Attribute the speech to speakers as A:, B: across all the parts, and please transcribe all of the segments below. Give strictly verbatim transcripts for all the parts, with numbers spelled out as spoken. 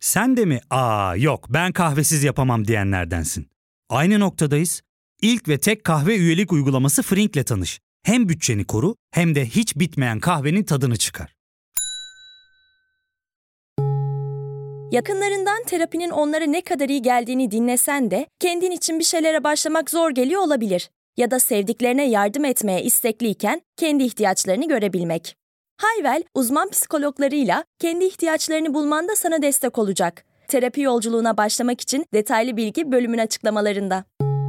A: Sen de mi "Aa yok ben kahvesiz yapamam" diyenlerdensin? Aynı noktadayız. İlk ve tek kahve üyelik uygulaması Frink'le tanış. Hem bütçeni koru hem de hiç bitmeyen kahvenin tadını çıkar.
B: Yakınlarından terapinin onlara ne kadar iyi geldiğini dinlesen de kendin için bir şeylere başlamak zor geliyor olabilir. Ya da sevdiklerine yardım etmeye istekliyken kendi ihtiyaçlarını görebilmek. Hayvel, uzman psikologlarıyla kendi ihtiyaçlarını bulmanda sana destek olacak. Terapi yolculuğuna başlamak için detaylı bilgi bölümün açıklamalarında.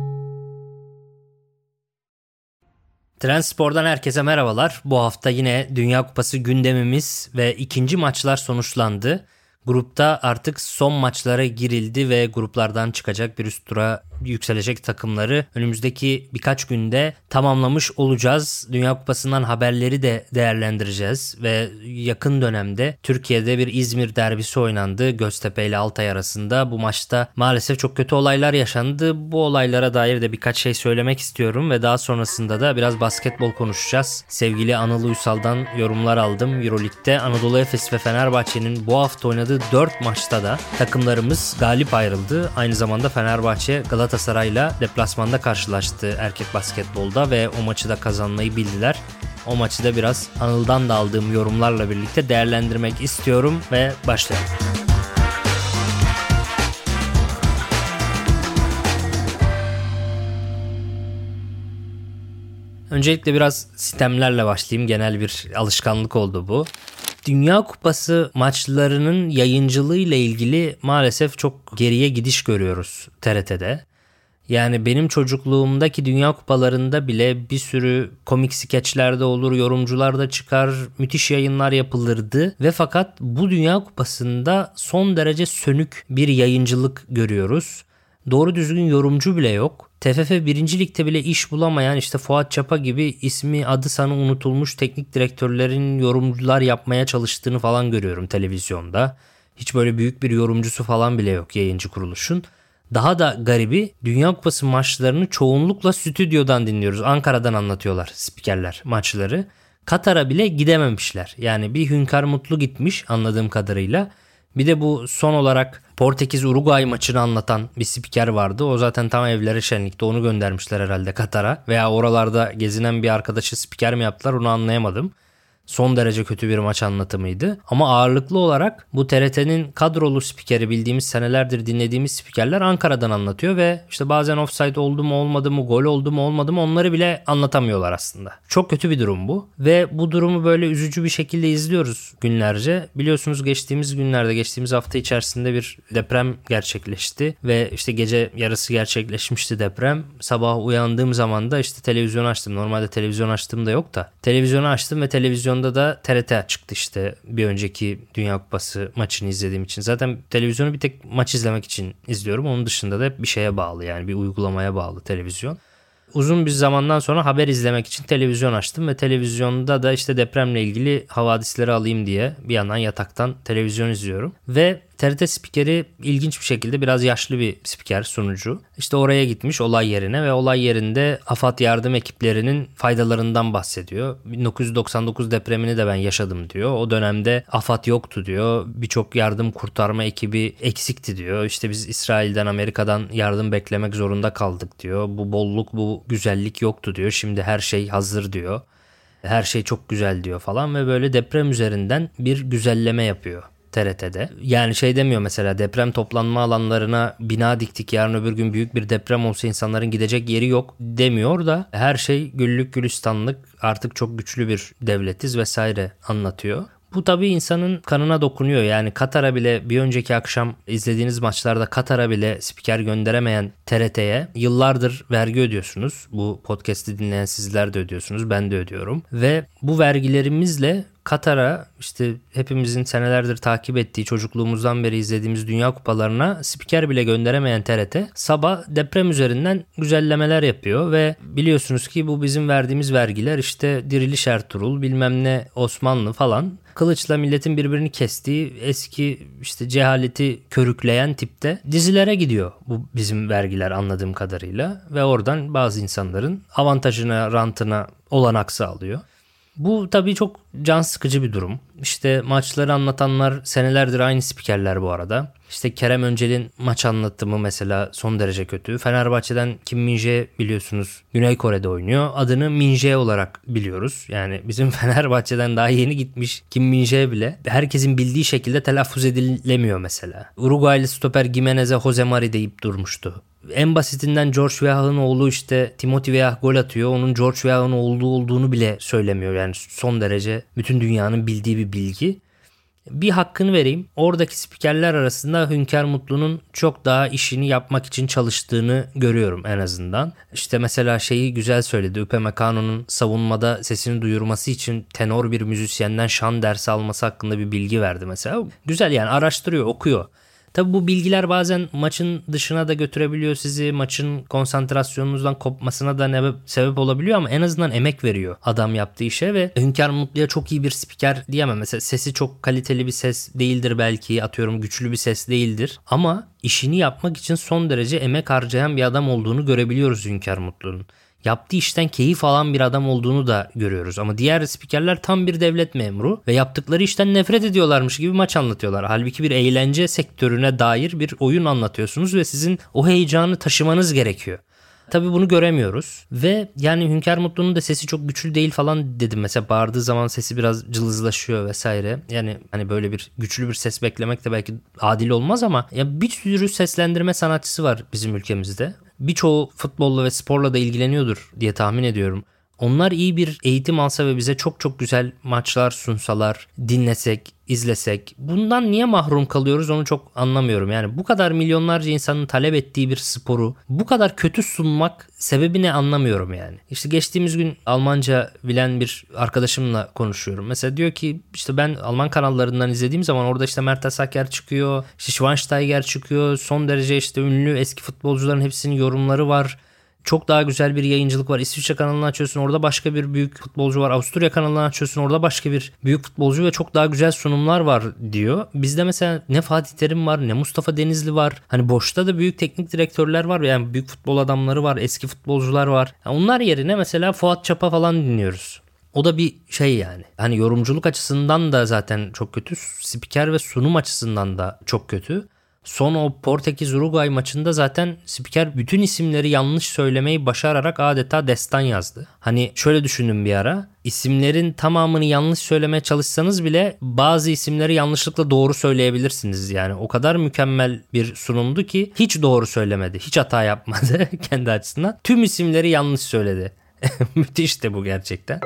C: Trendspor'dan herkese merhabalar. Bu hafta yine Dünya Kupası gündemimiz ve ikinci maçlar sonuçlandı. Grupta artık son maçlara girildi ve gruplardan çıkacak bir üst tura yükselecek takımları önümüzdeki birkaç günde tamamlamış olacağız. Dünya Kupası'ndan haberleri de değerlendireceğiz ve yakın dönemde Türkiye'de bir İzmir derbisi oynandı Göztepe ile Altay arasında. Bu maçta maalesef çok kötü olaylar yaşandı. Bu olaylara dair de birkaç şey söylemek istiyorum ve daha sonrasında da biraz basketbol konuşacağız. Sevgili Anıl Uysal'dan yorumlar aldım. Euroleague'de Anadolu Efes ve Fenerbahçe'nin bu hafta oynadığı dört maçta da takımlarımız galip ayrıldı. Aynı zamanda Fenerbahçe Galatasaray'la deplasmanda karşılaştı erkek basketbolda ve o maçı da kazanmayı bildiler. O maçı da biraz Anıl'dan da aldığım yorumlarla birlikte değerlendirmek istiyorum ve başlayalım. Öncelikle biraz sistemlerle başlayayım. Genel bir alışkanlık oldu bu. Dünya Kupası maçlarının yayıncılığı ile ilgili maalesef çok geriye gidiş görüyoruz T R T'de. Yani benim çocukluğumdaki Dünya Kupalarında bile bir sürü komik skeçler de olur, yorumcular da çıkar, müthiş yayınlar yapılırdı ve fakat bu Dünya Kupası'nda son derece sönük bir yayıncılık görüyoruz. Doğru düzgün yorumcu bile yok. T F F birinci Lig'de bile iş bulamayan işte Fuat Çapa gibi ismi adı sanı unutulmuş teknik direktörlerin yorumcular yapmaya çalıştığını falan görüyorum televizyonda. Hiç böyle büyük bir yorumcusu falan bile yok yayıncı kuruluşun. Daha da garibi Dünya Kupası maçlarını çoğunlukla stüdyodan dinliyoruz. Ankara'dan anlatıyorlar spikerler maçları. Katar'a bile gidememişler. Yani bir Hünkar Mutlu gitmiş anladığım kadarıyla. Bir de bu son olarak Portekiz-Uruguay maçını anlatan bir spiker vardı. O zaten tam evlere şenlikte, onu göndermişler herhalde Katar'a. Veya oralarda gezinen bir arkadaşı spiker mi yaptılar onu anlayamadım. Son derece kötü bir maç anlatımıydı. Ama ağırlıklı olarak bu T R T'nin kadrolu spikeri, bildiğimiz senelerdir dinlediğimiz spikerler Ankara'dan anlatıyor ve işte bazen offside oldu mu olmadı mı, gol oldu mu olmadı mı onları bile anlatamıyorlar aslında. Çok kötü bir durum bu ve bu durumu böyle üzücü bir şekilde izliyoruz günlerce. Biliyorsunuz geçtiğimiz günlerde, geçtiğimiz hafta içerisinde bir deprem gerçekleşti ve işte gece yarısı gerçekleşmişti deprem. Sabah uyandığım zaman da işte televizyonu açtım. Normalde televizyon açtığımda yok da televizyonu açtım ve televizyon da T R T çıktı işte bir önceki Dünya Kupası maçını izlediğim için. Zaten televizyonu bir tek maç izlemek için izliyorum. Onun dışında da hep bir şeye bağlı, yani bir uygulamaya bağlı televizyon. Uzun bir zamandan sonra haber izlemek için televizyon açtım ve televizyonda da işte depremle ilgili havadisleri alayım diye bir yandan yataktan televizyon izliyorum. Ve T R T spikeri ilginç bir şekilde biraz yaşlı bir spiker, sunucu. İşte oraya gitmiş olay yerine ve olay yerinde AFAD yardım ekiplerinin faydalarından bahsediyor. bin dokuz yüz doksan dokuz depremini de ben yaşadım diyor. O dönemde AFAD yoktu diyor. Birçok yardım kurtarma ekibi eksikti diyor. İşte biz İsrail'den, Amerika'dan yardım beklemek zorunda kaldık diyor. Bu bolluk, bu güzellik yoktu diyor. Şimdi her şey hazır diyor. Her şey çok güzel diyor falan ve böyle deprem üzerinden bir güzelleme yapıyor T R T'de. Yani şey demiyor mesela, deprem toplanma alanlarına bina diktik, yarın öbür gün büyük bir deprem olsa insanların gidecek yeri yok demiyor da her şey güllük gülistanlık, artık çok güçlü bir devletiz vesaire anlatıyor. Bu tabii insanın kanına dokunuyor. Yani Katar'a bile, bir önceki akşam izlediğiniz maçlarda Katar'a bile spiker gönderemeyen T R T'ye yıllardır vergi ödüyorsunuz. Bu podcast'i dinleyen sizler de ödüyorsunuz. Ben de ödüyorum. Ve bu vergilerimizle Katar'a, işte hepimizin senelerdir takip ettiği, çocukluğumuzdan beri izlediğimiz Dünya Kupalarına spiker bile gönderemeyen T R T sabah deprem üzerinden güzellemeler yapıyor ve biliyorsunuz ki bu bizim verdiğimiz vergiler işte Diriliş Ertuğrul, bilmem ne Osmanlı falan, kılıçla milletin birbirini kestiği eski işte cehaleti körükleyen tipte dizilere gidiyor bu bizim vergiler anladığım kadarıyla ve oradan bazı insanların avantajına, rantına olanak sağlıyor. Bu tabii çok can sıkıcı bir durum. İşte maçları anlatanlar senelerdir aynı spikerler bu arada. İşte Kerem Öncel'in maç anlatımı mesela son derece kötü. Fenerbahçe'den Kim Min-jae biliyorsunuz Güney Kore'de oynuyor. Adını Min-jae olarak biliyoruz. Yani bizim Fenerbahçe'den daha yeni gitmiş Kim Min-jae bile herkesin bildiği şekilde telaffuz edilemiyor mesela. Uruguaylı stoper Gimenez'e Jose Mari deyip durmuştu. En basitinden George Weah'ın oğlu işte Timothy Weah gol atıyor. Onun George Weah'ın oğlu olduğunu bile söylemiyor. Yani son derece bütün dünyanın bildiği bir bilgi. Bir hakkını vereyim. Oradaki spikerler arasında Hünkar Mutlu'nun çok daha işini yapmak için çalıştığını görüyorum en azından. İşte mesela şeyi güzel söyledi. Upamecano'nun savunmada sesini duyurması için tenor bir müzisyenden şan dersi alması hakkında bir bilgi verdi mesela. Güzel yani araştırıyor, okuyor. Tabii bu bilgiler bazen maçın dışına da götürebiliyor sizi. Maçın konsantrasyonunuzdan kopmasına da ne sebep olabiliyor ama en azından emek veriyor adam yaptığı işe ve Hünkar Mutlu'ya çok iyi bir spiker diyemem. Mesela sesi çok kaliteli bir ses değildir belki, atıyorum güçlü bir ses değildir. Ama işini yapmak için son derece emek harcayan bir adam olduğunu görebiliyoruz Hünkar Mutlu'nun. Yaptığı işten keyif alan bir adam olduğunu da görüyoruz. Ama diğer spikerler tam bir devlet memuru ve yaptıkları işten nefret ediyorlarmış gibi maç anlatıyorlar. Halbuki bir eğlence sektörüne dair bir oyun anlatıyorsunuz ve sizin o heyecanı taşımanız gerekiyor. Tabii bunu göremiyoruz ve yani Hünkar Mutlu'nun da sesi çok güçlü değil falan dedim. Mesela bağırdığı zaman sesi biraz cılızlaşıyor vesaire. Yani hani böyle bir güçlü bir ses beklemek de belki adil olmaz ama ya bir sürü seslendirme sanatçısı var bizim ülkemizde. Birçoğu futbolla ve sporla da ilgileniyordur diye tahmin ediyorum. Onlar iyi bir eğitim alsa ve bize çok çok güzel maçlar sunsalar, dinlesek, izlesek, bundan niye mahrum kalıyoruz onu çok anlamıyorum. Yani bu kadar milyonlarca insanın talep ettiği bir sporu bu kadar kötü sunmak sebebini anlamıyorum yani. İşte geçtiğimiz gün Almanca bilen bir arkadaşımla konuşuyorum. Mesela diyor ki işte ben Alman kanallarından izlediğim zaman orada işte Mertes Aker çıkıyor, işte Schweinsteiger çıkıyor. Son derece işte ünlü eski futbolcuların hepsinin yorumları var. Çok daha güzel bir yayıncılık var. İsviçre kanalını açıyorsun, orada başka bir büyük futbolcu var. Avusturya kanalını açıyorsun, orada başka bir büyük futbolcu ve çok daha güzel sunumlar var diyor. Bizde mesela ne Fatih Terim var, ne Mustafa Denizli var. Hani boşta da büyük teknik direktörler var. Yani büyük futbol adamları var, eski futbolcular var. Yani onlar yerine mesela Fuat Çapa falan dinliyoruz. O da bir şey yani. Hani yorumculuk açısından da zaten çok kötü. Spiker ve sunum açısından da çok kötü. Son o Portekiz-Uruguay maçında zaten spiker bütün isimleri yanlış söylemeyi başararak adeta destan yazdı. Hani şöyle düşündüm bir ara. İsimlerin tamamını yanlış söylemeye çalışsanız bile bazı isimleri yanlışlıkla doğru söyleyebilirsiniz. Yani o kadar mükemmel bir sunumdu ki hiç doğru söylemedi. Hiç hata yapmadı kendi açısından. Tüm isimleri yanlış söyledi. Müthişti bu gerçekten.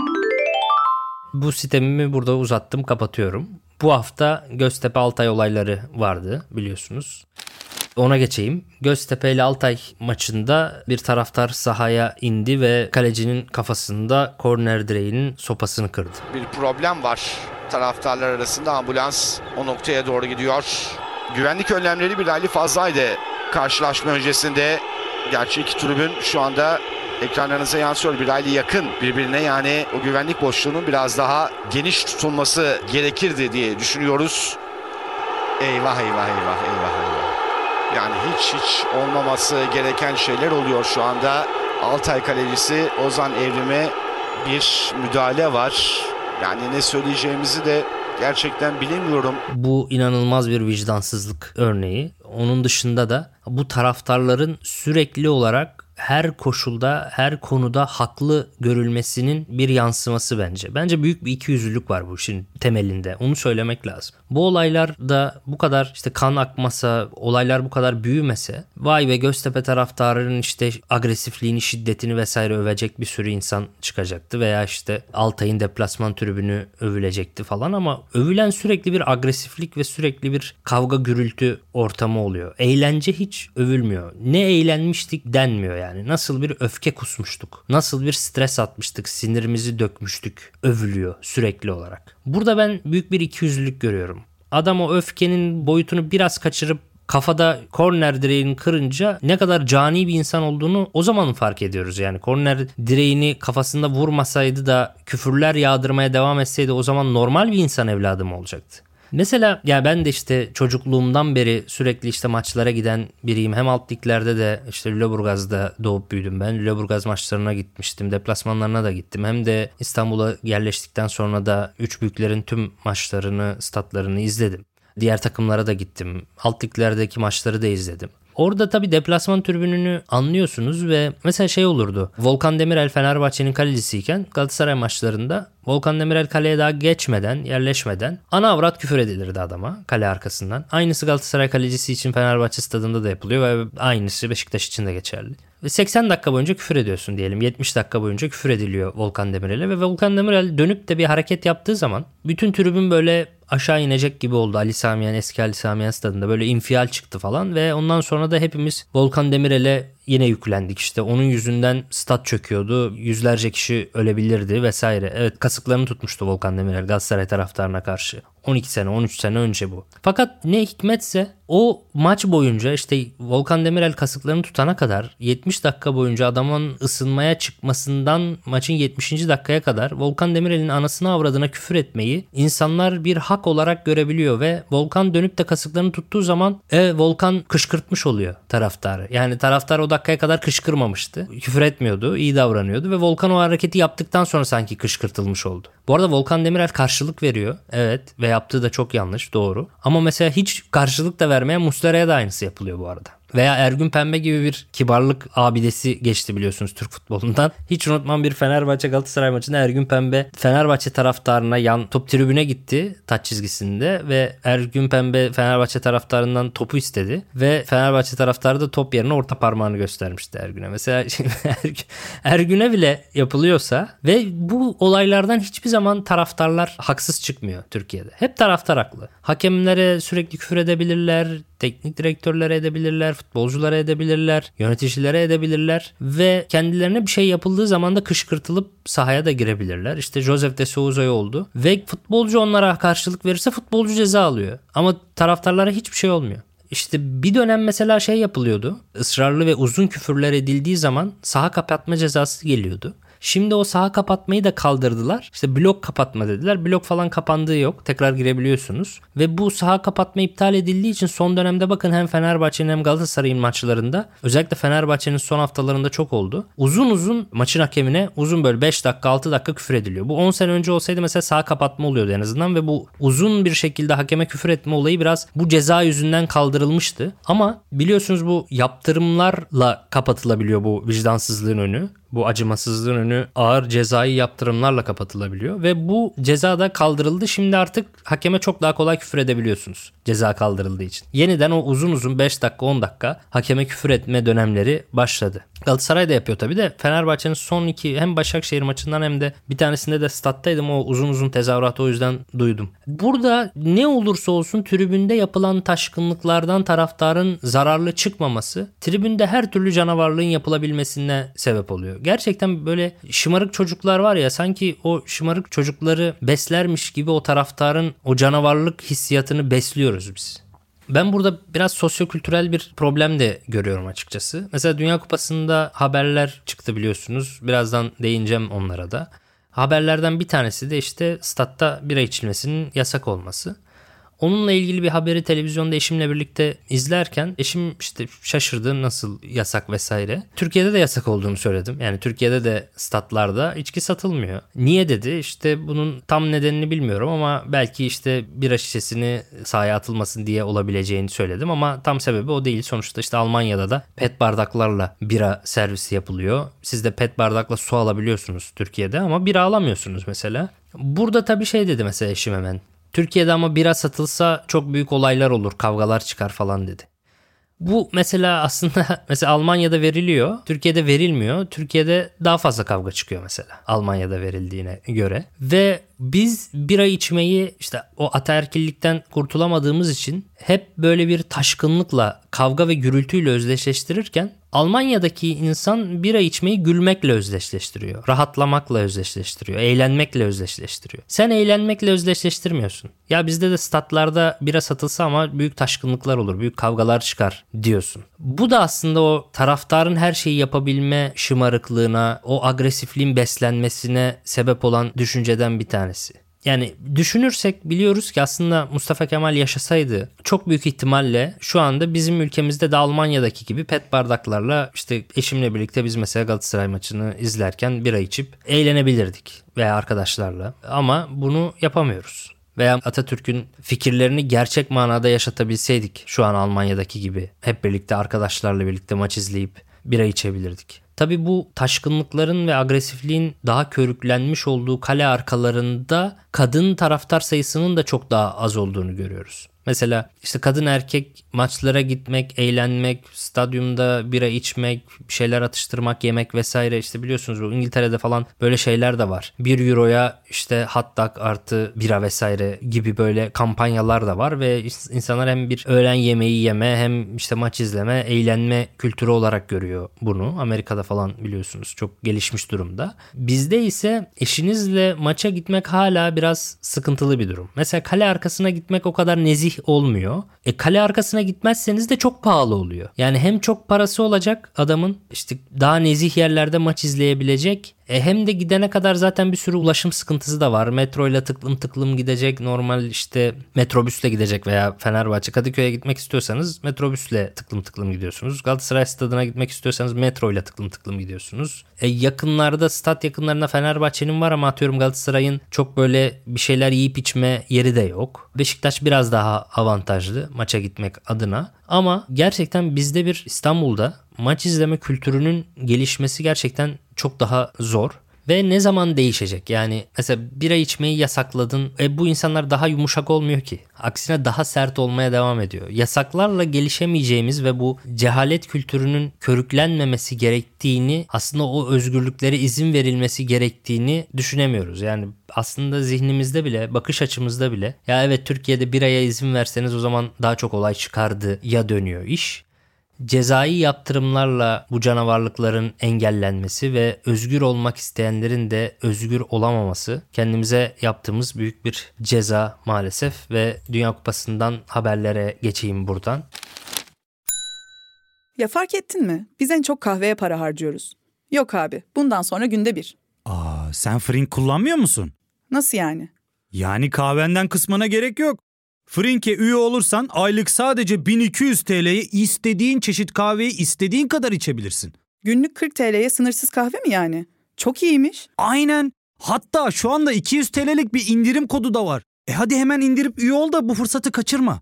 C: Bu sitemimi burada uzattım, kapatıyorum. Bu hafta Göztepe Altay olayları vardı biliyorsunuz. Ona geçeyim. Göztepe ile Altay maçında bir taraftar sahaya indi ve kalecinin kafasında korner direğinin sopasını kırdı.
D: Bir problem var taraftarlar arasında. Ambulans o noktaya doğru gidiyor. Güvenlik önlemleri bir hayli fazlaydı karşılaşma öncesinde. Gerçi iki tribün şu anda ekranlarınıza yansıyor, bir hayli yakın birbirine, yani o güvenlik boşluğunun biraz daha geniş tutulması gerekirdi diye düşünüyoruz. Eyvah eyvah eyvah eyvah eyvah. Yani hiç hiç olmaması gereken şeyler oluyor şu anda. Altay kalecisi Ozan Evrim'e bir müdahale var. Yani ne söyleyeceğimizi de gerçekten bilemiyorum.
C: Bu inanılmaz bir vicdansızlık örneği. Onun dışında da bu taraftarların sürekli olarak her koşulda, her konuda haklı görülmesinin bir yansıması bence. Bence büyük bir ikiyüzlülük var bu işin temelinde. Onu söylemek lazım. Bu olaylar da bu kadar işte kan akmasa, olaylar bu kadar büyümese, vay be Göztepe taraftarının işte agresifliğini, şiddetini vesaire övecek bir sürü insan çıkacaktı veya işte Altay'ın deplasman tribünü övülecekti falan ama övülen sürekli bir agresiflik ve sürekli bir kavga gürültü ortamı oluyor. Eğlence hiç övülmüyor. Ne eğlenmiştik denmiyor yani. Yani nasıl bir öfke kusmuştuk, nasıl bir stres atmıştık, sinirimizi dökmüştük, övülüyor sürekli olarak. Burada ben büyük bir ikiyüzlülük görüyorum. Adam o öfkenin boyutunu biraz kaçırıp kafada korner direğini kırınca ne kadar cani bir insan olduğunu o zaman fark ediyoruz. Yani korner direğini kafasında vurmasaydı da küfürler yağdırmaya devam etseydi o zaman normal bir insan evladı mı olacaktı? Mesela ya ben de işte çocukluğumdan beri sürekli işte maçlara giden biriyim. Hem alt liglerde de işte Lüleburgaz'da doğup büyüdüm ben. Lüleburgaz maçlarına gitmiştim. Deplasmanlarına da gittim. Hem de İstanbul'a yerleştikten sonra da üç büyüklerin tüm maçlarını, statlarını izledim. Diğer takımlara da gittim. Alt liglerdeki maçları da izledim. Orada tabii deplasman tribününü anlıyorsunuz ve mesela şey olurdu. Volkan Demirel Fenerbahçe'nin kalecisiyken Galatasaray maçlarında Volkan Demirel kaleye daha geçmeden, yerleşmeden ana avrat küfür edilirdi adama kale arkasından. Aynısı Galatasaray kalecisi için Fenerbahçe stadında da yapılıyor ve aynısı Beşiktaş için de geçerli. Ve seksen dakika boyunca küfür ediyorsun diyelim. yetmiş dakika boyunca küfür ediliyor Volkan Demirel'e ve Volkan Demirel dönüp de bir hareket yaptığı zaman bütün tribün böyle aşağı inecek gibi oldu. Ali Sami Yen, eski Ali Sami Yen stadında böyle infial çıktı falan ve ondan sonra da hepimiz Volkan Demirel'e yine yüklendik. İşte onun yüzünden stat çöküyordu. Yüzlerce kişi ölebilirdi vesaire. Evet, kasıklarını tutmuştu Volkan Demirel Galatasaray taraftarına karşı. on iki sene on üç sene önce bu. Fakat ne hikmetse o maç boyunca işte Volkan Demirel kasıklarını tutana kadar yetmiş dakika boyunca adamın ısınmaya çıkmasından maçın yetmişinci dakikaya kadar Volkan Demirel'in anasına avradına küfür etmeyi insanlar bir hak olarak görebiliyor ve Volkan dönüp de kasıklarını tuttuğu zaman e, Volkan kışkırtmış oluyor taraftarı. Yani taraftar o dakikaya kadar kışkırmamıştı. Küfür etmiyordu, iyi davranıyordu ve Volkan o hareketi yaptıktan sonra sanki kışkırtılmış oldu. Bu arada Volkan Demirel karşılık veriyor. Evet, ve yaptığı da çok yanlış, doğru. Ama mesela hiç karşılık da vermeyen Muslera'ya da aynısı yapılıyor bu arada. Veya Ergün Pembe gibi bir kibarlık abidesi geçti biliyorsunuz Türk futbolundan. Hiç unutmam, bir Fenerbahçe Galatasaray maçında Ergün Pembe Fenerbahçe taraftarına yan top tribüne gitti taç çizgisinde ve Ergün Pembe Fenerbahçe taraftarından topu istedi ve Fenerbahçe taraftarı da top yerine orta parmağını göstermişti Ergün'e. Mesela Ergün'e bile yapılıyorsa ve bu olaylardan hiçbir zaman taraftarlar haksız çıkmıyor Türkiye'de. Hep taraftar haklı. Hakemlere sürekli küfür edebilirler, teknik direktörlere edebilirler, futbolculara edebilirler, yöneticilere edebilirler ve kendilerine bir şey yapıldığı zaman da kışkırtılıp sahaya da girebilirler. İşte Josef de Souza'ya oldu ve futbolcu onlara karşılık verirse futbolcu ceza alıyor. Ama taraftarlara hiçbir şey olmuyor. İşte bir dönem mesela şey yapılıyordu. Israrlı ve uzun küfürler edildiği zaman saha kapatma cezası geliyordu. Şimdi o saha kapatmayı da kaldırdılar. İşte blok kapatma dediler. Blok falan kapandığı yok. Tekrar girebiliyorsunuz. Ve bu saha kapatma iptal edildiği için son dönemde bakın hem Fenerbahçe'nin hem Galatasaray'ın maçlarında, özellikle Fenerbahçe'nin son haftalarında çok oldu. Uzun uzun maçın hakemine uzun böyle beş dakika altı dakika küfür ediliyor. Bu on sene önce olsaydı mesela saha kapatma oluyordu en azından ve bu uzun bir şekilde hakeme küfür etme olayı biraz bu ceza yüzünden kaldırılmıştı. Ama biliyorsunuz bu yaptırımlarla kapatılabiliyor bu vicdansızlığın önü. Bu acımasızlığın önü ağır cezai yaptırımlarla kapatılabiliyor ve bu ceza da kaldırıldı. Şimdi artık hakeme çok daha kolay küfür edebiliyorsunuz ceza kaldırıldığı için. Yeniden o uzun uzun beş dakika on dakika hakeme küfür etme dönemleri başladı. Galatasaray da yapıyor tabii de Fenerbahçe'nin son iki hem Başakşehir maçından hem de bir tanesinde de stattaydım, o uzun uzun tezahüratı o yüzden duydum. Burada ne olursa olsun tribünde yapılan taşkınlıklardan taraftarın zararlı çıkmaması tribünde her türlü canavarlığın yapılabilmesine sebep oluyor. Gerçekten böyle şımarık çocuklar var ya, sanki o şımarık çocukları beslermiş gibi o taraftarın o canavarlık hissiyatını besliyoruz biz. Ben burada biraz sosyokültürel bir problem de görüyorum açıkçası. Mesela Dünya Kupası'nda haberler çıktı biliyorsunuz. Birazdan değineceğim onlara da. Haberlerden bir tanesi de işte statta bira içilmesinin yasak olması. Onunla ilgili bir haberi televizyonda eşimle birlikte izlerken eşim işte şaşırdı, nasıl yasak vesaire. Türkiye'de de yasak olduğunu söyledim. Yani Türkiye'de de statlarda içki satılmıyor. Niye dedi? İşte bunun tam nedenini bilmiyorum ama belki işte bira şişesini sahaya atılmasın diye olabileceğini söyledim ama tam sebebi o değil. Sonuçta işte Almanya'da da pet bardaklarla bira servisi yapılıyor. Siz de pet bardakla su alabiliyorsunuz Türkiye'de ama bira alamıyorsunuz mesela. Burada tabii şey dedi mesela eşim hemen. Türkiye'de ama bira satılsa çok büyük olaylar olur, kavgalar çıkar falan dedi. Bu mesela aslında mesela Almanya'da veriliyor, Türkiye'de verilmiyor. Türkiye'de daha fazla kavga çıkıyor mesela Almanya'da verildiğine göre. Ve biz bira içmeyi işte o ataerkillikten kurtulamadığımız için hep böyle bir taşkınlıkla, kavga ve gürültüyle özdeşleştirirken Almanya'daki insan bira içmeyi gülmekle özdeşleştiriyor. Rahatlamakla özdeşleştiriyor. Eğlenmekle özdeşleştiriyor. Sen eğlenmekle özdeşleştirmiyorsun. Ya bizde de statlarda bira satılsa ama büyük taşkınlıklar olur, büyük kavgalar çıkar diyorsun. Bu da aslında o taraftarın her şeyi yapabilme şımarıklığına, o agresifliğin beslenmesine sebep olan düşünceden bir tanesi. Yani düşünürsek biliyoruz ki aslında Mustafa Kemal yaşasaydı çok büyük ihtimalle şu anda bizim ülkemizde de Almanya'daki gibi pet bardaklarla işte eşimle birlikte biz mesela Galatasaray maçını izlerken bira içip eğlenebilirdik veya arkadaşlarla. Ama bunu yapamıyoruz. Veya Atatürk'ün fikirlerini gerçek manada yaşatabilseydik şu an Almanya'daki gibi hep birlikte arkadaşlarla birlikte maç izleyip bira içebilirdik. Tabii bu taşkınlıkların ve agresifliğin daha körüklenmiş olduğu kale arkalarında kadın taraftar sayısının da çok daha az olduğunu görüyoruz. Mesela işte kadın erkek maçlara gitmek, eğlenmek, stadyumda bira içmek, bir şeyler atıştırmak, yemek vesaire, işte biliyorsunuz bu İngiltere'de falan böyle şeyler de var. bir euroya işte hot dog artı bira vesaire gibi böyle kampanyalar da var ve insanlar hem bir öğlen yemeği yeme hem işte maç izleme, eğlenme kültürü olarak görüyor bunu. Amerika'da falan biliyorsunuz çok gelişmiş durumda. Bizde ise eşinizle maça gitmek hala biraz sıkıntılı bir durum. Mesela kale arkasına gitmek o kadar nezih olmuyor. E kale arkasına gitmezseniz de çok pahalı oluyor. Yani hem çok parası olacak adamın, işte daha nezih yerlerde maç izleyebilecek. E hem de gidene kadar zaten bir sürü ulaşım sıkıntısı da var. Metroyla tıklım tıklım gidecek, normal işte metrobüsle gidecek veya Fenerbahçe Kadıköy'e gitmek istiyorsanız metrobüsle tıklım tıklım gidiyorsunuz. Galatasaray stadına gitmek istiyorsanız metroyla tıklım tıklım gidiyorsunuz. E yakınlarda, stat yakınlarında Fenerbahçe'nin var ama atıyorum Galatasaray'ın çok böyle bir şeyler yiyip içme yeri de yok. Beşiktaş biraz daha avantajlı maça gitmek adına. Ama gerçekten bizde bir İstanbul'da maç izleme kültürünün gelişmesi gerçekten çok daha zor. Ve ne zaman değişecek? Yani mesela bira içmeyi yasakladın. E bu insanlar daha yumuşak olmuyor ki. Aksine daha sert olmaya devam ediyor. Yasaklarla gelişemeyeceğimiz ve bu cehalet kültürünün körüklenmemesi gerektiğini, aslında o özgürlüklere izin verilmesi gerektiğini düşünemiyoruz. Yani aslında zihnimizde bile, bakış açımızda bile ya evet Türkiye'de biraya izin verseniz o zaman daha çok olay çıkardı ya dönüyor iş. Cezai yaptırımlarla bu canavarlıkların engellenmesi ve özgür olmak isteyenlerin de özgür olamaması kendimize yaptığımız büyük bir ceza maalesef. Ve Dünya Kupası'ndan haberlere geçeyim buradan.
E: Ya fark ettin mi? Biz en çok kahveye para harcıyoruz. Yok abi, bundan sonra günde bir.
A: Aa, sen Frink kullanmıyor musun?
E: Nasıl yani?
A: Yani kahvenden kısmına gerek yok. Frink'e üye olursan aylık sadece bin iki yüz T L'ye istediğin çeşit kahveyi istediğin kadar içebilirsin.
E: Günlük kırk T L'ye sınırsız kahve mi yani? Çok iyiymiş.
A: Aynen. Hatta şu anda iki yüz T L'lik bir indirim kodu da var. E hadi hemen indirip üye ol da bu fırsatı kaçırma.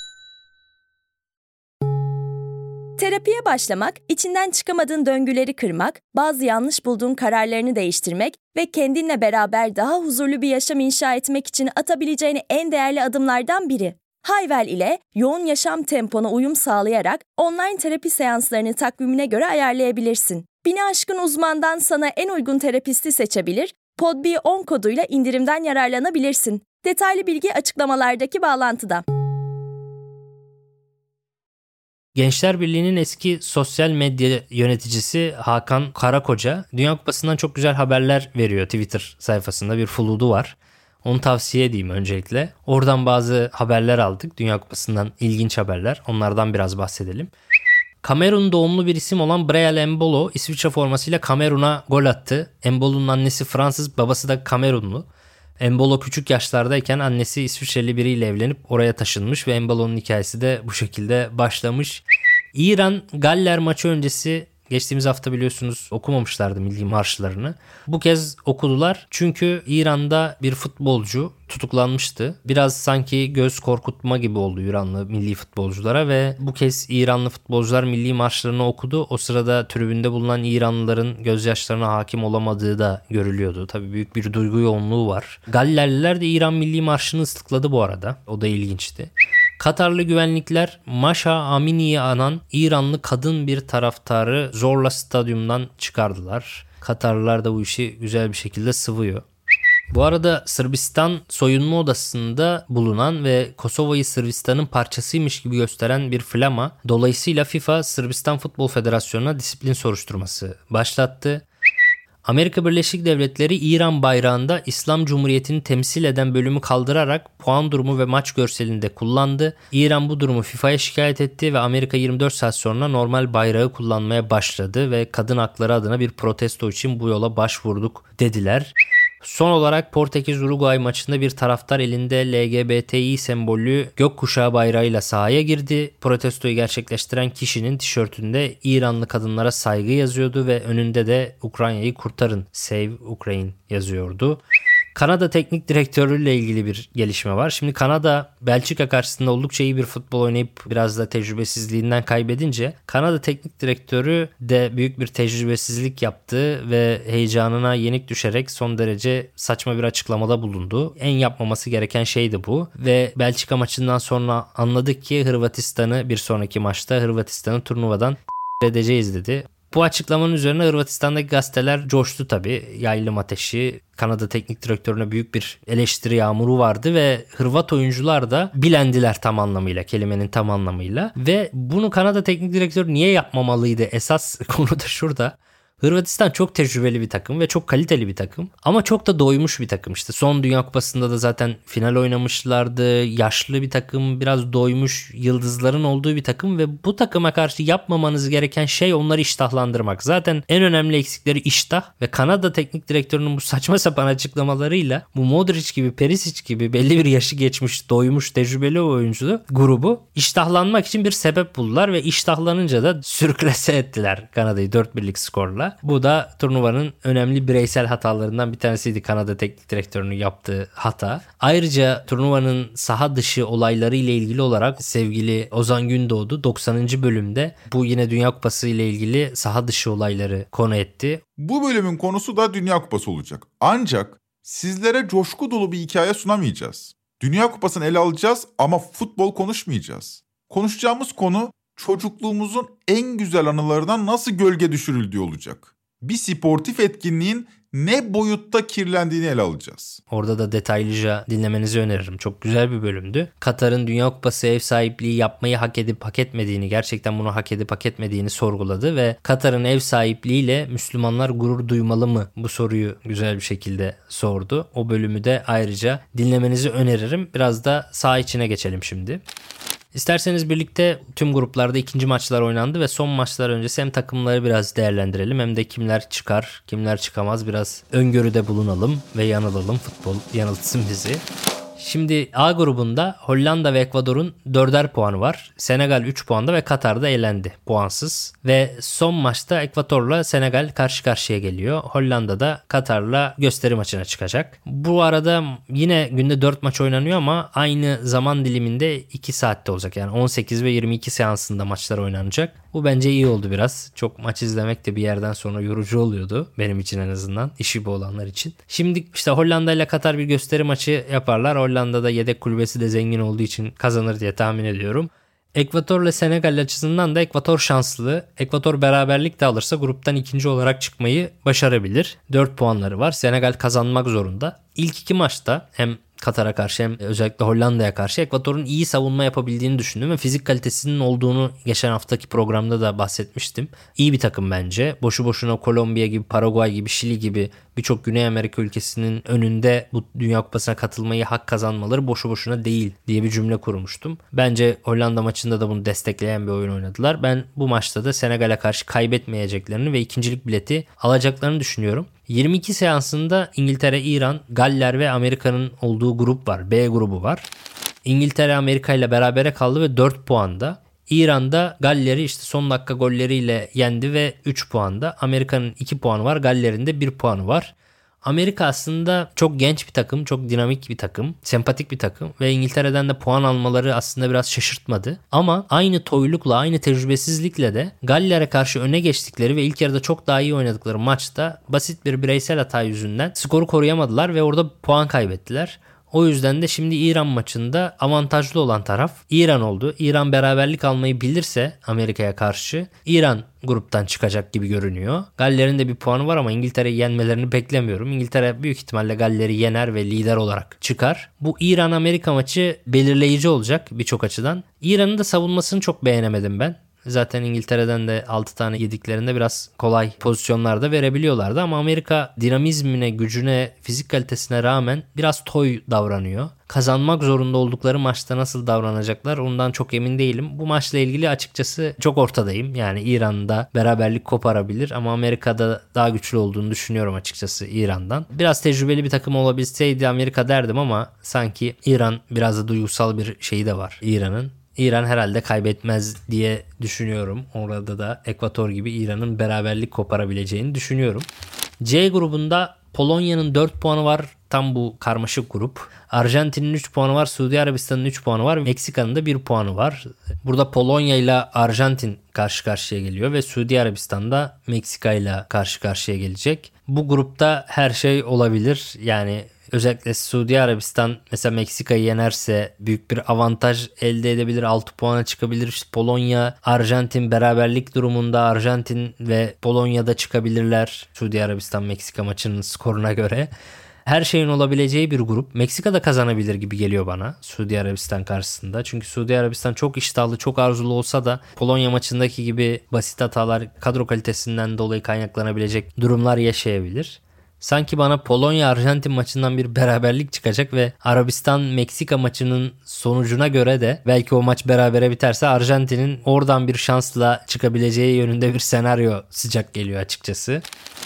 B: Terapiye başlamak, içinden çıkamadığın döngüleri kırmak, bazı yanlış bulduğun kararlarını değiştirmek ve kendinle beraber daha huzurlu bir yaşam inşa etmek için atabileceğin en değerli adımlardan biri. Hayvel ile yoğun yaşam tempona uyum sağlayarak online terapi seanslarını takvimine göre ayarlayabilirsin. Bini aşkın uzmandan sana en uygun terapisti seçebilir, Pod B on koduyla indirimden yararlanabilirsin. Detaylı bilgi açıklamalardaki bağlantıda.
C: Gençler Birliği'nin eski sosyal medya yöneticisi Hakan Karakoca Dünya Kupası'ndan çok güzel haberler veriyor Twitter sayfasında. Bir fuludu var. Onu tavsiye edeyim öncelikle. Oradan bazı haberler aldık. Dünya Kupası'ndan ilginç haberler. Onlardan biraz bahsedelim. Kamerun doğumlu bir isim olan Breel Embolo İsviçre formasıyla Kamerun'a gol attı. Embolo'nun annesi Fransız, babası da Kamerunlu. Embolo küçük yaşlardayken annesi İsviçreli biriyle evlenip oraya taşınmış ve Embolo'nun hikayesi de bu şekilde başlamış. İran Galler maçı öncesi geçtiğimiz hafta biliyorsunuz okumamışlardı milli marşlarını. Bu kez okudular çünkü İran'da bir futbolcu tutuklanmıştı. Biraz sanki göz korkutma gibi oldu İranlı milli futbolculara ve bu kez İranlı futbolcular milli marşlarını okudu. O sırada tribünde bulunan İranlıların gözyaşlarına hakim olamadığı da görülüyordu. Tabii büyük bir duygu yoğunluğu var. Gallerliler de İran milli marşını ıslıkladı bu arada. O da ilginçti. Katarlı güvenlikler Maşa Amini'yi anan İranlı kadın bir taraftarı zorla stadyumdan çıkardılar. Katarlılar da bu işi güzel bir şekilde sıvıyor. Bu arada Sırbistan soyunma odasında bulunan ve Kosova'yı Sırbistan'ın parçasıymış gibi gösteren bir flama, dolayısıyla FIFA Sırbistan Futbol Federasyonu'na disiplin soruşturması başlattı. Amerika Birleşik Devletleri İran bayrağında İslam Cumhuriyeti'ni temsil eden bölümü kaldırarak puan durumu ve maç görselinde kullandı. İran bu durumu FIFA'ya şikayet etti ve Amerika yirmi dört saat sonra normal bayrağı kullanmaya başladı ve kadın hakları adına bir protesto için bu yola başvurduk dediler. Son olarak Portekiz-Uruguay maçında bir taraftar elinde L G B T İ sembolü gökkuşağı bayrağıyla sahaya girdi. Protestoyu gerçekleştiren kişinin tişörtünde İranlı kadınlara saygı yazıyordu ve önünde de Ukrayna'yı kurtarın, Save Ukraine yazıyordu. Kanada teknik direktörüyle ilgili bir gelişme var. Şimdi Kanada Belçika karşısında oldukça iyi bir futbol oynayıp biraz da tecrübesizliğinden kaybedince Kanada teknik direktörü de büyük bir tecrübesizlik yaptı ve heyecanına yenik düşerek son derece saçma bir açıklamada bulundu. En yapmaması gereken şey de bu ve Belçika maçından sonra anladık ki Hırvatistan'ı bir sonraki maçta Hırvatistan'ı turnuvadan edeceğiz dedi. Bu açıklamanın üzerine Hırvatistan'daki gazeteler coştu tabii. Yaylım ateşi, Kanada teknik direktörüne büyük bir eleştiri yağmuru vardı ve Hırvat oyuncular da bilendiler tam anlamıyla, kelimenin tam anlamıyla. Ve bunu Kanada teknik direktörü niye yapmamalıydı? Esas konu da şurada. Hırvatistan çok tecrübeli bir takım ve çok kaliteli bir takım. Ama çok da doymuş bir takım işte. Son Dünya Kupası'nda da zaten final oynamışlardı. Yaşlı bir takım, biraz doymuş yıldızların olduğu bir takım ve bu takıma karşı yapmamanız gereken şey onları iştahlandırmak. Zaten en önemli eksikleri iştah ve Kanada teknik direktörünün bu saçma sapan açıklamalarıyla bu Modric gibi, Perisic gibi belli bir yaşı geçmiş, doymuş, tecrübeli oyuncu grubu iştahlanmak için bir sebep buldular ve iştahlanınca da sürklase ettiler Kanada'yı dört birlik skorla. Bu da turnuvanın önemli bireysel hatalarından bir tanesiydi, Kanada teknik direktörünün yaptığı hata. Ayrıca turnuvanın saha dışı olayları ile ilgili olarak sevgili Ozan Gündoğdu doksanıncı bölümde bu yine Dünya Kupası ile ilgili saha dışı olayları konu etti.
F: Bu bölümün konusu da Dünya Kupası olacak. Ancak sizlere coşku dolu bir hikaye sunamayacağız. Dünya Kupası'nı ele alacağız ama futbol konuşmayacağız. Konuşacağımız konu çocukluğumuzun en güzel anılarından nasıl gölge düşürüldüğü olacak. Bir sportif etkinliğin ne boyutta kirlendiğini ele alacağız.
C: Orada da detaylıca dinlemenizi öneririm. Çok güzel bir bölümdü. Katar'ın Dünya Kupası ev sahipliği yapmayı hak edip hak etmediğini, gerçekten bunu hak edip hak etmediğini sorguladı ve Katar'ın ev sahipliğiyle Müslümanlar gurur duymalı mı? Bu soruyu güzel bir şekilde sordu. O bölümü de ayrıca dinlemenizi öneririm. Biraz da saha içine geçelim şimdi. İsterseniz birlikte tüm gruplarda ikinci maçlar oynandı ve son maçlar öncesi hem takımları biraz değerlendirelim hem de kimler çıkar, kimler çıkamaz biraz öngörüde bulunalım ve yanılalım. Futbol yanıltsın bizi. Şimdi A grubunda Hollanda ve Ekvador'un dörder puanı var. Senegal üç puanda ve Katar'da elendi puansız. Ve son maçta Ekvador'la Senegal karşı karşıya geliyor. Hollanda da Katar'la gösteri maçına çıkacak. Bu arada yine günde dört maç oynanıyor ama aynı zaman diliminde iki saatte olacak. Yani on sekiz ve yirmi iki seansında maçlar oynanacak. Bu bence iyi oldu biraz. Çok maç izlemek de bir yerden sonra yorucu oluyordu. Benim için en azından. İşi bu olanlar için. Şimdi işte Hollanda ile Katar bir gösteri maçı yaparlar. Hollanda'da yedek kulübesi de zengin olduğu için kazanır diye tahmin ediyorum. Ekvador ile Senegal açısından da Ekvador şanslı. Ekvador beraberlik de alırsa gruptan ikinci olarak çıkmayı başarabilir. dört puanları var. Senegal kazanmak zorunda. İlk iki maçta hem Katar'a karşı hem özellikle Hollanda'ya karşı Ekvador'un iyi savunma yapabildiğini düşündüm ve fizik kalitesinin olduğunu geçen haftaki programda da bahsetmiştim. İyi bir takım bence. Boşu boşuna Kolombiya gibi, Paraguay gibi, Şili gibi birçok Güney Amerika ülkesinin önünde bu Dünya Kupası'na katılmayı hak kazanmaları boşu boşuna değil diye bir cümle kurmuştum. Bence Hollanda maçında da bunu destekleyen bir oyun oynadılar. Ben bu maçta da Senegal'e karşı kaybetmeyeceklerini ve ikincilik bileti alacaklarını düşünüyorum. yirmi iki seansında İngiltere, İran, Galler ve Amerika'nın olduğu grup var. B grubu var. İngiltere Amerika ile berabere kaldı ve dört puanda. İran'da Galler'i işte son dakika golleriyle yendi ve üç puanda. Amerika'nın iki puanı var. Galler'in de bir puanı var. Amerika aslında çok genç bir takım, çok dinamik bir takım, sempatik bir takım ve İngiltere'den de puan almaları aslında biraz şaşırtmadı. Ama aynı toylukla, aynı tecrübesizlikle de Galler'e karşı öne geçtikleri ve ilk yarıda çok daha iyi oynadıkları maçta basit bir bireysel hata yüzünden skoru koruyamadılar ve orada puan kaybettiler. O yüzden de şimdi İran maçında avantajlı olan taraf İran oldu. İran beraberlik almayı bilirse Amerika'ya karşı İran gruptan çıkacak gibi görünüyor. Galler'in de bir puanı var ama İngiltere'yi yenmelerini beklemiyorum. İngiltere büyük ihtimalle Galler'i yener ve lider olarak çıkar. Bu İran-Amerika maçı belirleyici olacak birçok açıdan. İran'ın da savunmasını çok beğenemedim ben. Zaten İngiltere'den de altı tane yediklerinde biraz kolay pozisyonlarda verebiliyorlardı ama Amerika dinamizmine, gücüne, fizik kalitesine rağmen biraz toy davranıyor. Kazanmak zorunda oldukları maçta nasıl davranacaklar ondan çok emin değilim. Bu maçla ilgili açıkçası çok ortadayım. Yani İran'da beraberlik koparabilir ama Amerika'da daha güçlü olduğunu düşünüyorum açıkçası İran'dan. Biraz tecrübeli bir takım olabilseydi Amerika derdim ama sanki İran biraz da duygusal bir şeyi de var İran'ın. İran herhalde kaybetmez diye düşünüyorum. Orada da Ekvator gibi İran'ın beraberlik koparabileceğini düşünüyorum. C grubunda Polonya'nın dört puanı var. Tam bu karmaşık grup. Arjantin'in üç puanı var. Suudi Arabistan'ın üç puanı var. Meksika'nın da bir puanı var. Burada Polonya ile Arjantin karşı karşıya geliyor ve Suudi Arabistan'da Meksika ile karşı karşıya gelecek. Bu grupta her şey olabilir. Yani özellikle Suudi Arabistan mesela Meksika'yı yenerse büyük bir avantaj elde edebilir. altı puana çıkabilir. İşte Polonya, Arjantin beraberlik durumunda Arjantin ve Polonya'da çıkabilirler. Suudi Arabistan-Meksika maçının skoruna göre. Her şeyin olabileceği bir grup. Meksika da kazanabilir gibi geliyor bana Suudi Arabistan karşısında. Çünkü Suudi Arabistan çok iştahlı, çok arzulu olsa da Polonya maçındaki gibi basit hatalar, kadro kalitesinden dolayı kaynaklanabilecek durumlar yaşayabilir. Sanki bana Polonya-Arjantin maçından bir beraberlik çıkacak ve Arabistan-Meksika maçının sonucuna göre de belki o maç berabere biterse Arjantin'in oradan bir şansla çıkabileceği yönünde bir senaryo sıcak geliyor açıkçası.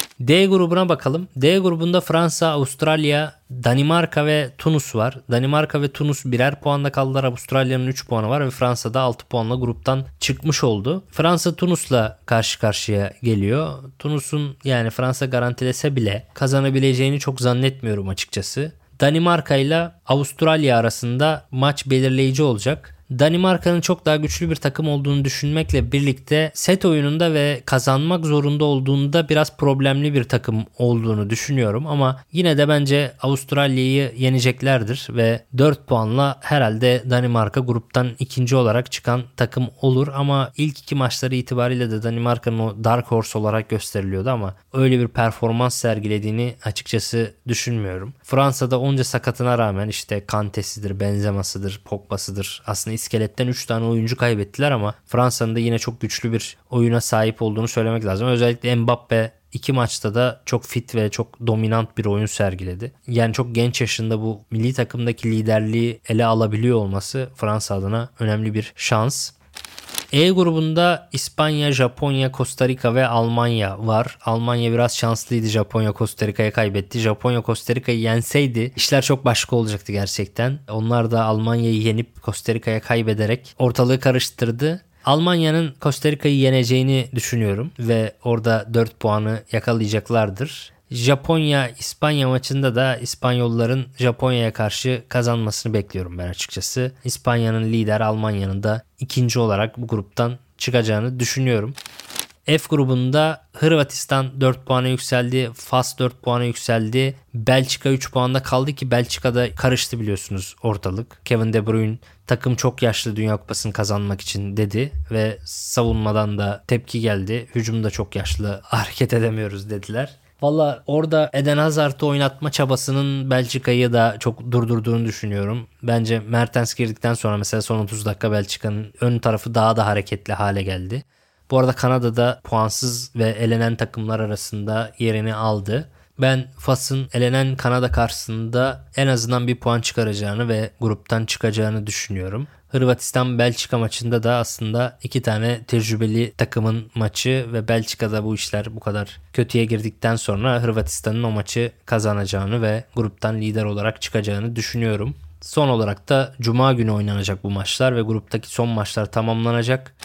C: D grubuna bakalım. D grubunda Fransa, Avustralya, Danimarka ve Tunus var. Danimarka ve Tunus birer puanda kaldılar. Avustralya'nın üç puanı var ve Fransa'da altı puanla gruptan çıkmış oldu. Fransa Tunus'la karşı karşıya geliyor. Tunus'un yani Fransa garantilese bile kazanabileceğini çok zannetmiyorum açıkçası. Danimarka ile Avustralya arasında maç belirleyici olacak. Danimarka'nın çok daha güçlü bir takım olduğunu düşünmekle birlikte set oyununda ve kazanmak zorunda olduğunda biraz problemli bir takım olduğunu düşünüyorum ama yine de bence Avustralya'yı yeneceklerdir ve dört puanla herhalde Danimarka gruptan ikinci olarak çıkan takım olur ama ilk iki maçları itibariyle de Danimarka'nın o Dark Horse olarak gösteriliyordu ama öyle bir performans sergilediğini açıkçası düşünmüyorum. Fransa'da onca sakatına rağmen işte Kante'sidir, Benzema'sıdır, Pogba'sıdır aslında iskeletten üç tane oyuncu kaybettiler ama Fransa'nın da yine çok güçlü bir oyuna sahip olduğunu söylemek lazım. Özellikle Mbappe iki maçta da çok fit ve çok dominant bir oyun sergiledi. Yani çok genç yaşında bu milli takımdaki liderliği ele alabiliyor olması Fransa adına önemli bir şans. E grubunda İspanya, Japonya, Costa Rica ve Almanya var. Almanya biraz şanslıydı. Japonya Costa Rica'ya kaybetti. Japonya Costa Rica'yı yenseydi işler çok başka olacaktı gerçekten. Onlar da Almanya'yı yenip Costa Rica'ya kaybederek ortalığı karıştırdı. Almanya'nın Costa Rica'yı yeneceğini düşünüyorum ve orada dört puanı yakalayacaklardır. Japonya-İspanya maçında da İspanyolların Japonya'ya karşı kazanmasını bekliyorum ben açıkçası. İspanya'nın lider, Almanya'nın da ikinci olarak bu gruptan çıkacağını düşünüyorum. F grubunda Hırvatistan dört puana yükseldi. Fas dört puana yükseldi. Belçika üç puanda kaldı ki Belçika'da karıştı biliyorsunuz ortalık. Kevin De Bruyne takım çok yaşlı Dünya Kupası'nı kazanmak için dedi ve savunmadan da tepki geldi. Hücumda çok yaşlı, hareket edemiyoruz dediler. Valla orada Eden Hazard'ı oynatma çabasının Belçika'yı da çok durdurduğunu düşünüyorum. Bence Mertens girdikten sonra mesela son otuz dakika Belçika'nın ön tarafı daha da hareketli hale geldi. Bu arada Kanada'da puansız ve elenen takımlar arasında yerini aldı. Ben Fas'ın elenen Kanada karşısında en azından bir puan çıkaracağını ve gruptan çıkacağını düşünüyorum. Hırvatistan-Belçika maçında da aslında iki tane tecrübeli takımın maçı ve Belçika'da bu işler bu kadar kötüye girdikten sonra Hırvatistan'ın o maçı kazanacağını ve gruptan lider olarak çıkacağını düşünüyorum. Son olarak da Cuma günü oynanacak bu maçlar ve gruptaki son maçlar tamamlanacak.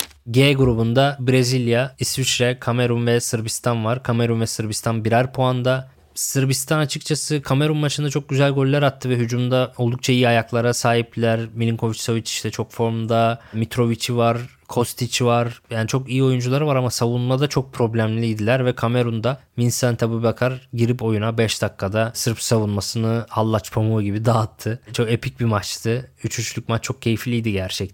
C: G grubunda Brezilya, İsviçre, Kamerun ve Sırbistan var. Kamerun ve Sırbistan birer puanda. Sırbistan açıkçası Kamerun maçında çok güzel goller attı ve hücumda oldukça iyi ayaklara sahipler. Milinković-Savić işte çok formda. Mitrovic'i var, Kostic var. Yani çok iyi oyuncuları var ama savunmada çok problemliydiler ve Kamerun'da Vincent Aboubakar girip oyuna beş dakikada Sırp savunmasını hallaç pamuğu gibi dağıttı. Çok epik bir maçtı. üç üçlük maç çok keyifliydi gerçekten.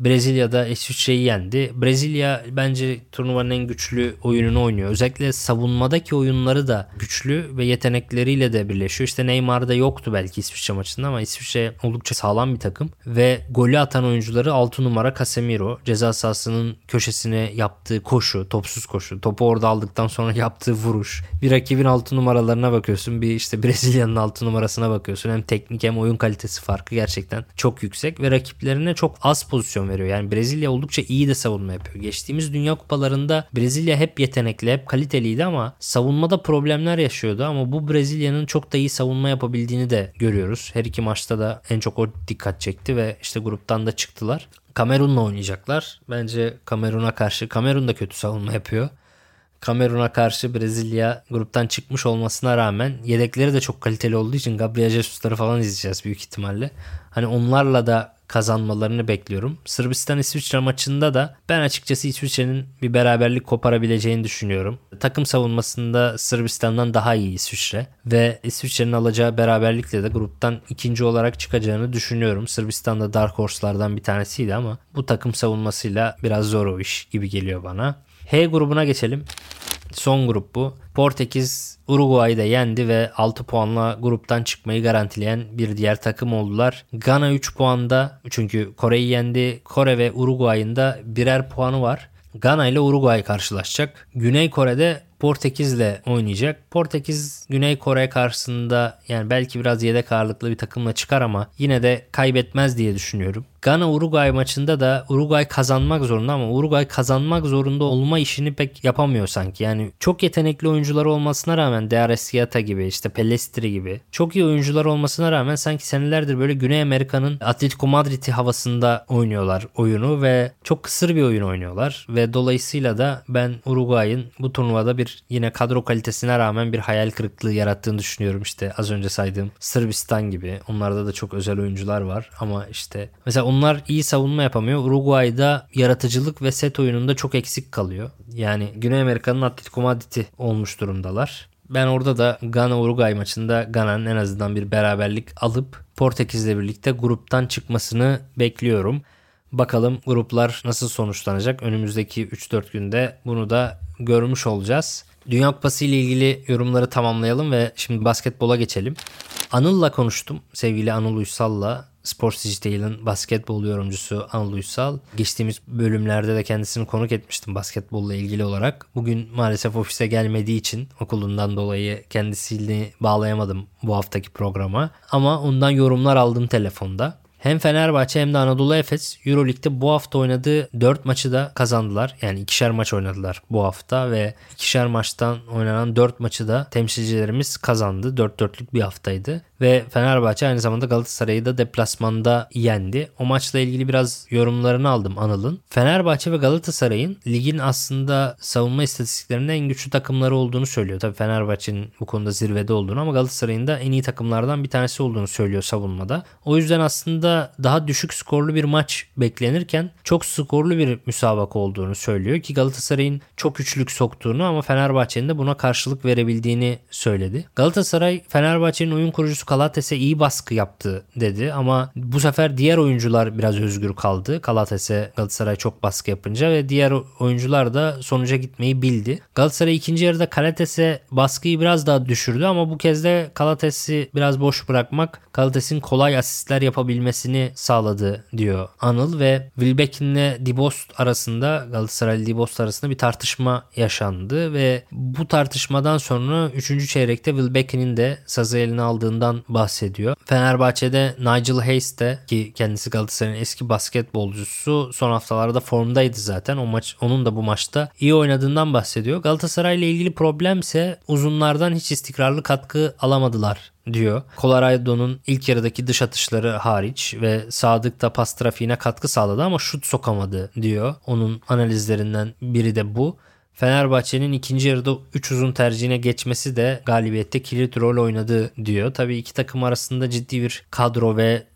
C: Brezilya'da İsviçre'yi yendi. Brezilya bence turnuvanın en güçlü oyununu oynuyor. Özellikle savunmadaki oyunları da güçlü ve yetenekleriyle de birleşiyor. İşte Neymar'da yoktu belki İsviçre maçında ama İsviçre oldukça sağlam bir takım. Ve golü atan oyuncuları altı numara Casemiro. Ceza sahasının köşesine yaptığı koşu, topsuz koşu. Topu orada aldıktan sonra yaptığı vuruş. Bir rakibin altı numaralarına bakıyorsun. Bir işte Brezilya'nın altı numarasına bakıyorsun. Hem teknik hem oyun kalitesi farkı gerçekten çok yüksek ve rakiplerine çok az pozisyon veriyor. Yani Brezilya oldukça iyi de savunma yapıyor. Geçtiğimiz Dünya Kupalarında Brezilya hep yetenekli, hep kaliteliydi ama savunmada problemler yaşıyordu ama bu Brezilya'nın çok da iyi savunma yapabildiğini de görüyoruz. Her iki maçta da en çok o dikkat çekti ve işte gruptan da çıktılar. Kamerun'la oynayacaklar. Bence Kamerun'a karşı, Kamerun da kötü savunma yapıyor. Kamerun'a karşı Brezilya gruptan çıkmış olmasına rağmen yedekleri de çok kaliteli olduğu için Gabriel Jesus'ları falan izleyeceğiz büyük ihtimalle. Hani onlarla da kazanmalarını bekliyorum. Sırbistan-İsviçre maçında da ben açıkçası İsviçre'nin bir beraberlik koparabileceğini düşünüyorum. Takım savunmasında Sırbistan'dan daha iyi İsviçre ve İsviçre'nin alacağı beraberlikle de gruptan ikinci olarak çıkacağını düşünüyorum. Sırbistan da Dark Horse'lardan bir tanesiydi ama bu takım savunmasıyla biraz zor o iş gibi geliyor bana. H grubuna geçelim. Son grup bu. Portekiz Uruguay'ı da yendi ve altı puanla gruptan çıkmayı garantileyen bir diğer takım oldular. Gana üç puanda çünkü Kore'yi yendi. Kore ve Uruguay'ın da birer puanı var. Gana ile Uruguay karşılaşacak. Güney Kore'de Portekiz'le oynayacak. Portekiz Güney Kore karşısında yani belki biraz yedek ağırlıklı bir takımla çıkar ama yine de kaybetmez diye düşünüyorum. Gana-Uruguay maçında da Uruguay kazanmak zorunda ama Uruguay kazanmak zorunda olma işini pek yapamıyor sanki. Yani çok yetenekli oyuncular olmasına rağmen De Arrascaeta gibi işte Pellistri gibi çok iyi oyuncular olmasına rağmen sanki senelerdir böyle Güney Amerika'nın Atletico Madrid'i havasında oynuyorlar oyunu ve çok kısır bir oyun oynuyorlar ve dolayısıyla da ben Uruguay'ın bu turnuvada bir yine kadro kalitesine rağmen bir hayal kırıklığı yarattığını düşünüyorum. İşte az önce saydığım Sırbistan gibi onlarda da çok özel oyuncular var ama işte mesela onlar iyi savunma yapamıyor. Uruguay'da yaratıcılık ve set oyununda çok eksik kalıyor. Yani Güney Amerika'nın Atletico Madrid'i olmuş durumdalar. Ben orada da Gana-Uruguay maçında Gana'nın en azından bir beraberlik alıp Portekiz'le birlikte gruptan çıkmasını bekliyorum. Bakalım gruplar nasıl sonuçlanacak? Önümüzdeki üç dört günde bunu da görmüş olacağız. Dünya Kupası ile ilgili yorumları tamamlayalım ve şimdi basketbola geçelim. Anıl'la konuştum. Sevgili Anıl Uysal'la. Sports Digital'ın basketbol yorumcusu Anıl Uysal. Geçtiğimiz bölümlerde de kendisini konuk etmiştim basketbolla ilgili olarak. Bugün maalesef ofise gelmediği için okulundan dolayı kendisiyle bağlayamadım bu haftaki programa. Ama ondan yorumlar aldım telefonda. Hem Fenerbahçe hem de Anadolu Efes Euroleague'de bu hafta oynadığı dört maçı da kazandılar. Yani ikişer maç oynadılar bu hafta ve ikişer maçtan oynanan dört maçı da temsilcilerimiz kazandı. dört dörtlük bir haftaydı. Ve Fenerbahçe aynı zamanda Galatasaray'ı da deplasmanda yendi. O maçla ilgili biraz yorumlarını aldım Anıl'ın. Fenerbahçe ve Galatasaray'ın ligin aslında savunma istatistiklerinde en güçlü takımları olduğunu söylüyor. Tabii Fenerbahçe'nin bu konuda zirvede olduğunu ama Galatasaray'ın da en iyi takımlardan bir tanesi olduğunu söylüyor savunmada. O yüzden aslında daha düşük skorlu bir maç beklenirken çok skorlu bir müsabaka olduğunu söylüyor ki Galatasaray'ın çok üçlük soktuğunu ama Fenerbahçe'nin de buna karşılık verebildiğini söyledi. Galatasaray Fenerbahçe'nin oyun kurucusu Kalates'e iyi baskı yaptı dedi ama bu sefer diğer oyuncular biraz özgür kaldı. Kalates'e Galatasaray çok baskı yapınca ve diğer oyuncular da sonuca gitmeyi bildi. Galatasaray ikinci yarıda Kalates'e baskıyı biraz daha düşürdü ama bu kez de Kalates'i biraz boş bırakmak Kalates'in kolay asistler yapabilmesini sağladı diyor Anıl ve Wilbekin'le Dibost arasında Galatasaray Dibost arasında bir tartışma yaşandı ve bu tartışmadan sonra üçüncü çeyrekte Wilbekin'in de sazı eline aldığından bahsediyor. Fenerbahçe'de Nigel Hayes de ki kendisi Galatasaray'ın eski basketbolcusu son haftalarda formdaydı zaten. O maç onun da bu maçta iyi oynadığından bahsediyor. Galatasaray ile ilgili problemse uzunlardan hiç istikrarlı katkı alamadılar diyor. Colorado'nun ilk yarıdaki dış atışları hariç ve Sadık da pas trafiğine katkı sağladı ama şut sokamadı diyor. Onun analizlerinden biri de bu. Fenerbahçe'nin ikinci yarıda üç uzun tercihine geçmesi de galibiyette kilit rol oynadı diyor. Tabii iki takım arasında ciddi bir kadro ve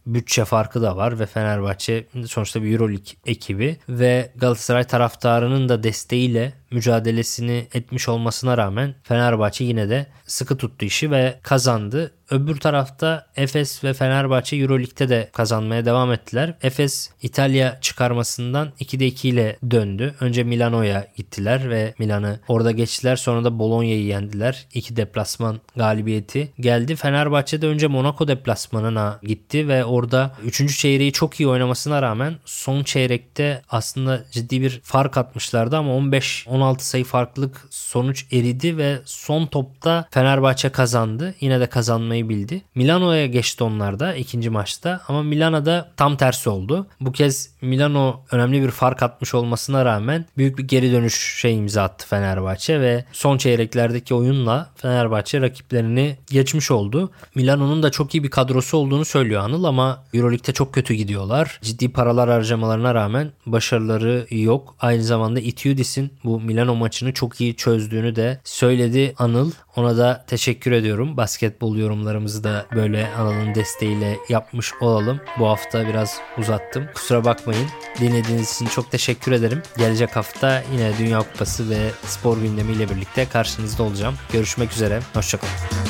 C: bütçe farkı da var ve Fenerbahçe sonuçta bir Euroleague ekibi ve Galatasaray taraftarının da desteğiyle mücadelesini etmiş olmasına rağmen Fenerbahçe yine de sıkı tuttu işi ve kazandı. Öbür tarafta Efes ve Fenerbahçe Euroleague'de de kazanmaya devam ettiler. Efes İtalya çıkarmasından ikide iki ile döndü. Önce Milano'ya gittiler ve Milan'ı orada geçtiler. Sonra da Bologna'yı yendiler. İki deplasman galibiyeti geldi. Fenerbahçe de önce Monaco deplasmanına gitti ve orada üçüncü çeyreği çok iyi oynamasına rağmen son çeyrekte aslında ciddi bir fark atmışlardı ama on beş on altı sayı farklılık sonuç eridi ve son topta Fenerbahçe kazandı. Yine de kazanmayı bildi. Milano'ya geçti onlar da ikinci maçta ama Milano'da tam tersi oldu. Bu kez Milano önemli bir fark atmış olmasına rağmen büyük bir geri dönüş şey imza attı Fenerbahçe ve son çeyreklerdeki oyunla Fenerbahçe rakiplerini geçmiş oldu. Milano'nun da çok iyi bir kadrosu olduğunu söylüyor Anıl ama Euroleague'de çok kötü gidiyorlar. Ciddi paralar harcamalarına rağmen başarıları yok. Aynı zamanda Itiudis'in bu Milano maçını çok iyi çözdüğünü de söyledi Anıl. Ona da teşekkür ediyorum. Basketbol yorumlarımızı da böyle Anıl'ın desteğiyle yapmış olalım. Bu hafta biraz uzattım. Kusura bakmayın. Dinlediğiniz için çok teşekkür ederim. Gelecek hafta yine Dünya Kupası ve spor gündemiyle birlikte karşınızda olacağım. Görüşmek üzere. Hoşçakalın.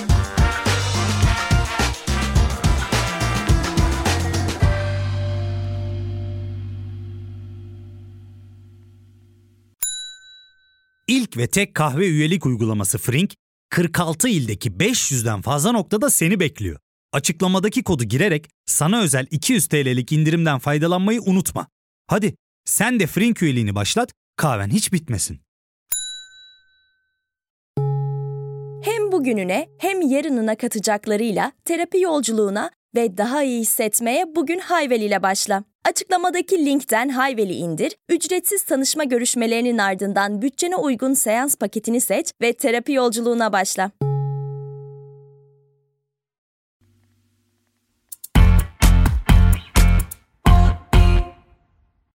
A: İlk ve tek kahve üyelik uygulaması Frink, kırk altı ildeki beş yüzden fazla noktada seni bekliyor. Açıklamadaki kodu girerek sana özel iki yüz TL'lik indirimden faydalanmayı unutma. Hadi sen de Frink üyeliğini başlat, kahven hiç bitmesin.
B: Hem bugününe hem yarınına katacaklarıyla terapi yolculuğuna ve daha iyi hissetmeye bugün Hayvel ile başla. Açıklamadaki linkten Hayvel'i indir, ücretsiz tanışma görüşmelerinin ardından bütçene uygun seans paketini seç ve terapi yolculuğuna başla.